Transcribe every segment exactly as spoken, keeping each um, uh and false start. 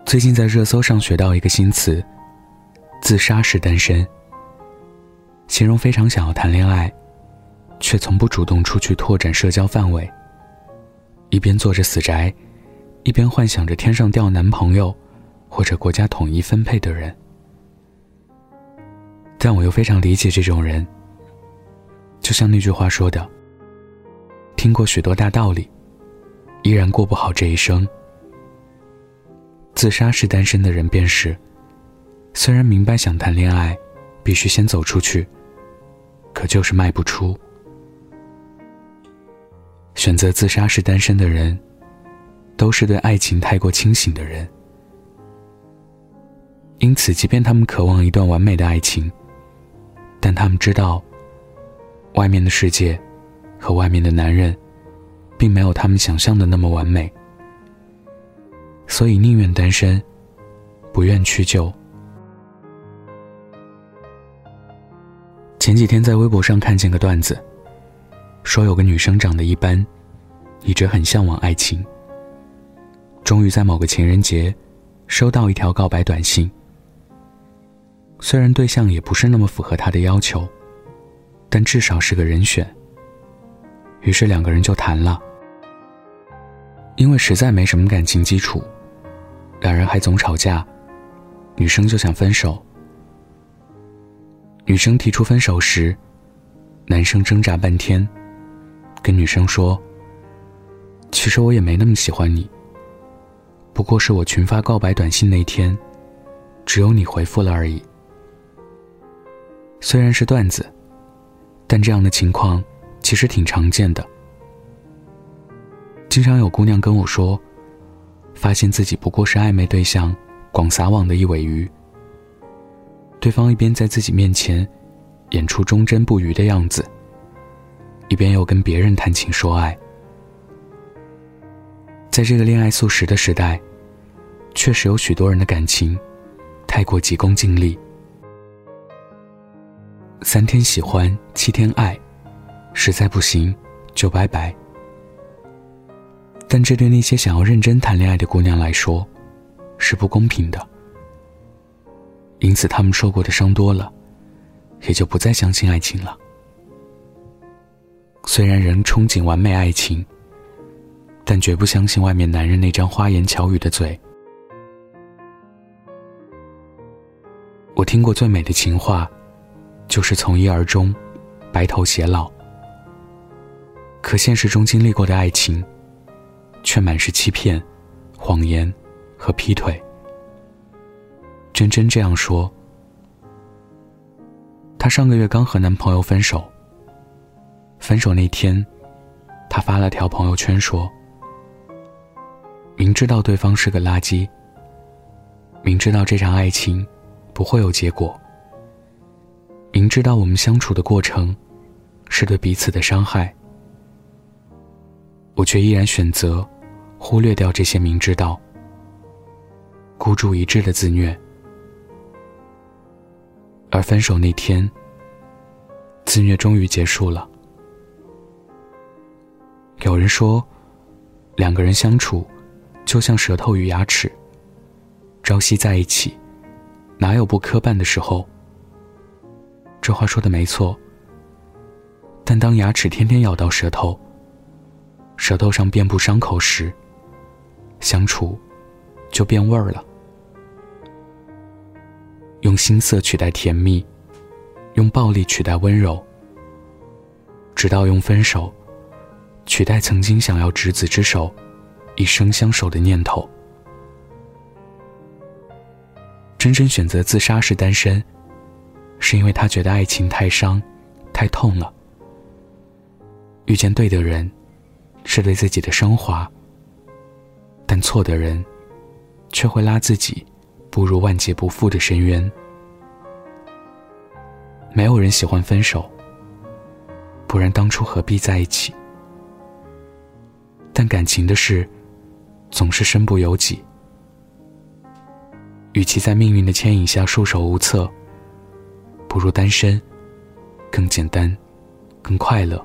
最近在热搜上学到一个新词，自杀式单身，形容非常想要谈恋爱，却从不主动出去拓展社交范围，一边做着死宅，一边幻想着天上掉男朋友或者国家统一分配的人。但我又非常理解这种人，就像那句话说的，听过许多大道理，依然过不好这一生。自杀式单身的人便是，虽然明白想谈恋爱必须先走出去，可就是迈不出。选择自杀式单身的人，都是对爱情太过清醒的人。因此即便他们渴望一段完美的爱情，但他们知道外面的世界和外面的男人并没有他们想象的那么完美，所以宁愿单身，不愿屈就。前几天在微博上看见个段子，说有个女生长得一般，一直很向往爱情，终于在某个情人节收到一条告白短信。虽然对象也不是那么符合她的要求，但至少是个人选。于是两个人就谈了。因为实在没什么感情基础，两人还总吵架，女生就想分手。女生提出分手时，男生挣扎半天，跟女生说，其实我也没那么喜欢你，不过是我群发告白短信那天，只有你回复了而已。虽然是段子，但这样的情况其实挺常见的。经常有姑娘跟我说，发现自己不过是暧昧对象广撒网的一尾鱼，对方一边在自己面前演出忠贞不渝的样子，一边又跟别人谈情说爱。在这个恋爱速食的时代，确实有许多人的感情太过急功近利，三天喜欢七天爱，实在不行就拜拜。但这对那些想要认真谈恋爱的姑娘来说是不公平的，因此她们受过的伤多了，也就不再相信爱情了。虽然人憧憬完美爱情，但绝不相信外面男人那张花言巧语的嘴。我听过最美的情话，就是从一而终，白头偕老。可现实中经历过的爱情，却满是欺骗、谎言和劈腿。真真这样说，她上个月刚和男朋友分手，分手那天，她发了条朋友圈说，明知道对方是个垃圾，明知道这场爱情不会有结果，明知道我们相处的过程是对彼此的伤害，我却依然选择忽略掉这些明知道，孤注一掷的自虐。而分手那天，自虐终于结束了。有人说，两个人相处就像舌头与牙齿，朝夕在一起，哪有不磕绊的时候？这话说的没错，但当牙齿天天咬到舌头，舌头上遍布伤口时，相处就变味儿了。用心色取代甜蜜，用暴力取代温柔，直到用分手取代曾经想要执子之手一生相守的念头。真正选择自杀式单身，是因为他觉得爱情太伤太痛了，遇见对的人是对自己的升华，但错的人却会拉自己步入万劫不复的深渊。没有人喜欢分手，不然当初何必在一起？但感情的事总是身不由己，与其在命运的牵引下束手无策，不如单身更简单更快乐。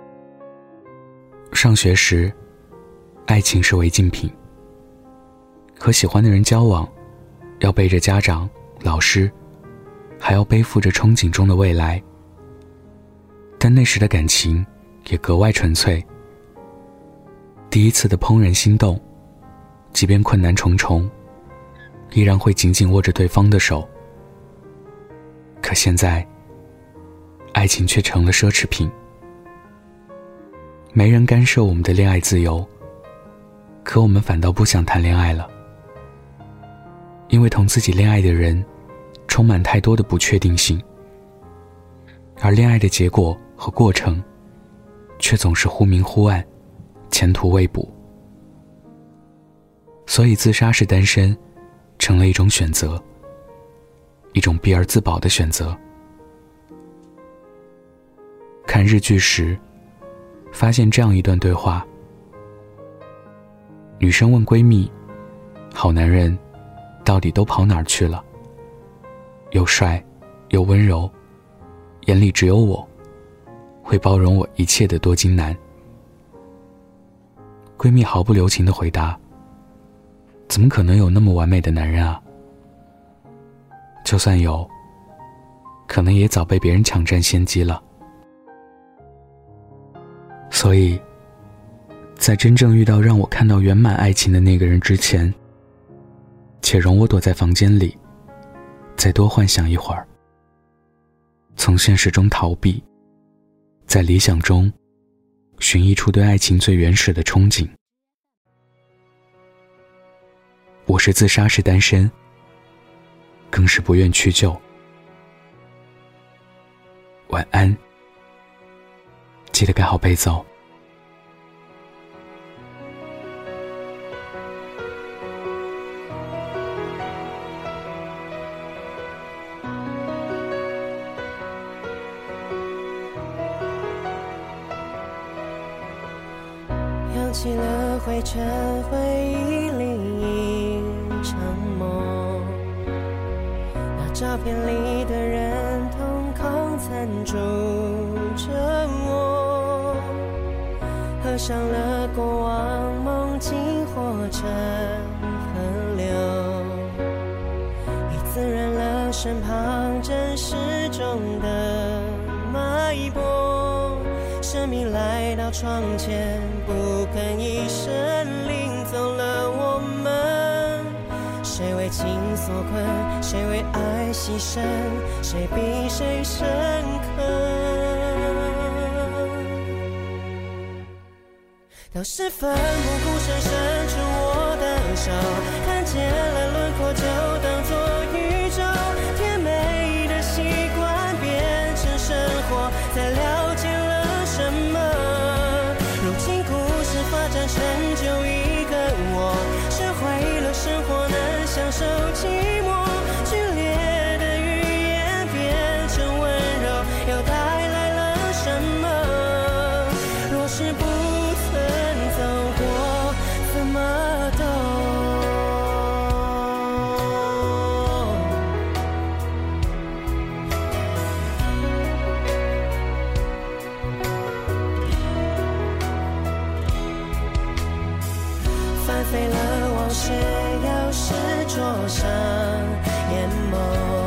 上学时，爱情是违禁品， 和喜欢的人交往，要背着家长、老师，还要背负着憧憬中的未来。但那时的感情也格外纯粹。第一次的怦然心动，即便困难重重，依然会紧紧握着对方的手。可现在，爱情却成了奢侈品。没人干涉我们的恋爱自由，可我们反倒不想谈恋爱了，因为同自己恋爱的人充满太多的不确定性，而恋爱的结果和过程却总是忽明忽暗，前途未卜。所以自杀式单身成了一种选择，一种避而自保的选择。看日剧时发现这样一段对话，女生问闺蜜，好男人到底都跑哪儿去了？又帅又温柔，眼里只有我，会包容我一切的多金男。闺蜜毫不留情地回答，怎么可能有那么完美的男人啊？就算有，可能也早被别人抢占先机了。所以在真正遇到让我看到圆满爱情的那个人之前，且容我躲在房间里再多幻想一会儿，从现实中逃避，在理想中寻一处对爱情最原始的憧憬。我是自杀式单身，更是不愿屈就。晚安，记得盖好被子哦。 扬起了灰尘，回忆里一场梦。那照片里的人瞳孔残住着我，合上了过往，梦境化成河流，已滋润了身旁真实中的脉搏。生命来到窗前，不肯一声领走了我们。谁为情所困，谁为爱牺牲，谁比谁深刻。当时奋不顾身伸出我的手，看见了轮廓就当作宇宙。甜美的习惯变成生活，才了解了什么。如今故事发展成就一个我，学会了生活能享受寂寞。剧烈的语言变成温柔，又带来了什么？若是不走过，怎么懂？翻飞了往事，又是桌上眼眸。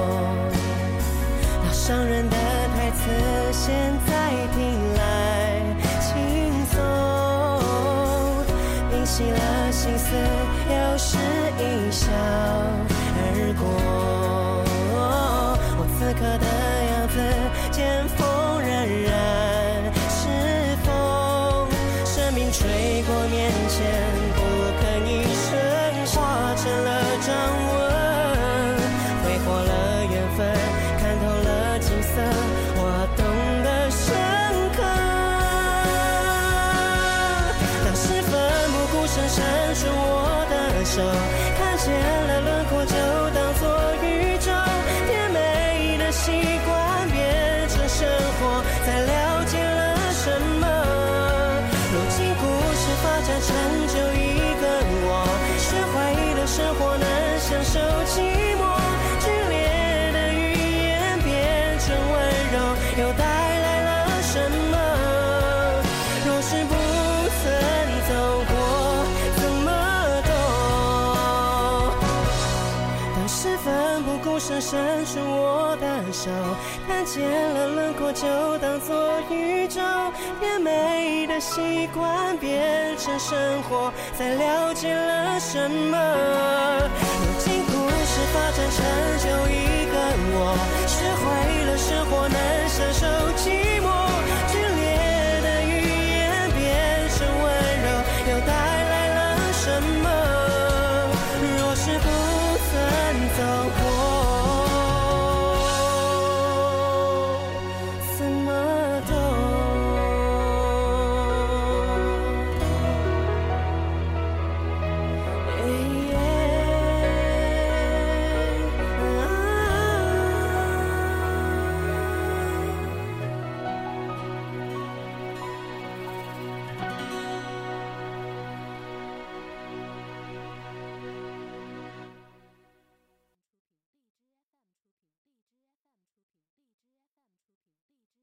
那伤人的台词，现在听来轻松。平息了心思，又是一笑而过。我此刻的样子，见风仍然是风。生命吹过面前，不吭一声，化成了掌纹。挥霍了缘分，看透了景色，我懂得深刻。当时奋不顾身伸出我的手，看见了轮廓就当作宇宙。甜美的习惯变成生活，才了解了什么。如今故事发展成就一个我，学会了生活能享受寂寞。剧烈的语言变成温柔，又带来了什么？若是不曾走过，怎么懂？ 是伸出我的手，看见了轮廓就当作宇宙，甜美的习惯变成生活，才了解了什么。如今故事发展成就一个我，学会了生活能享受寂寞，剧烈的语言变成温柔，又带来了什么？若是不曾走过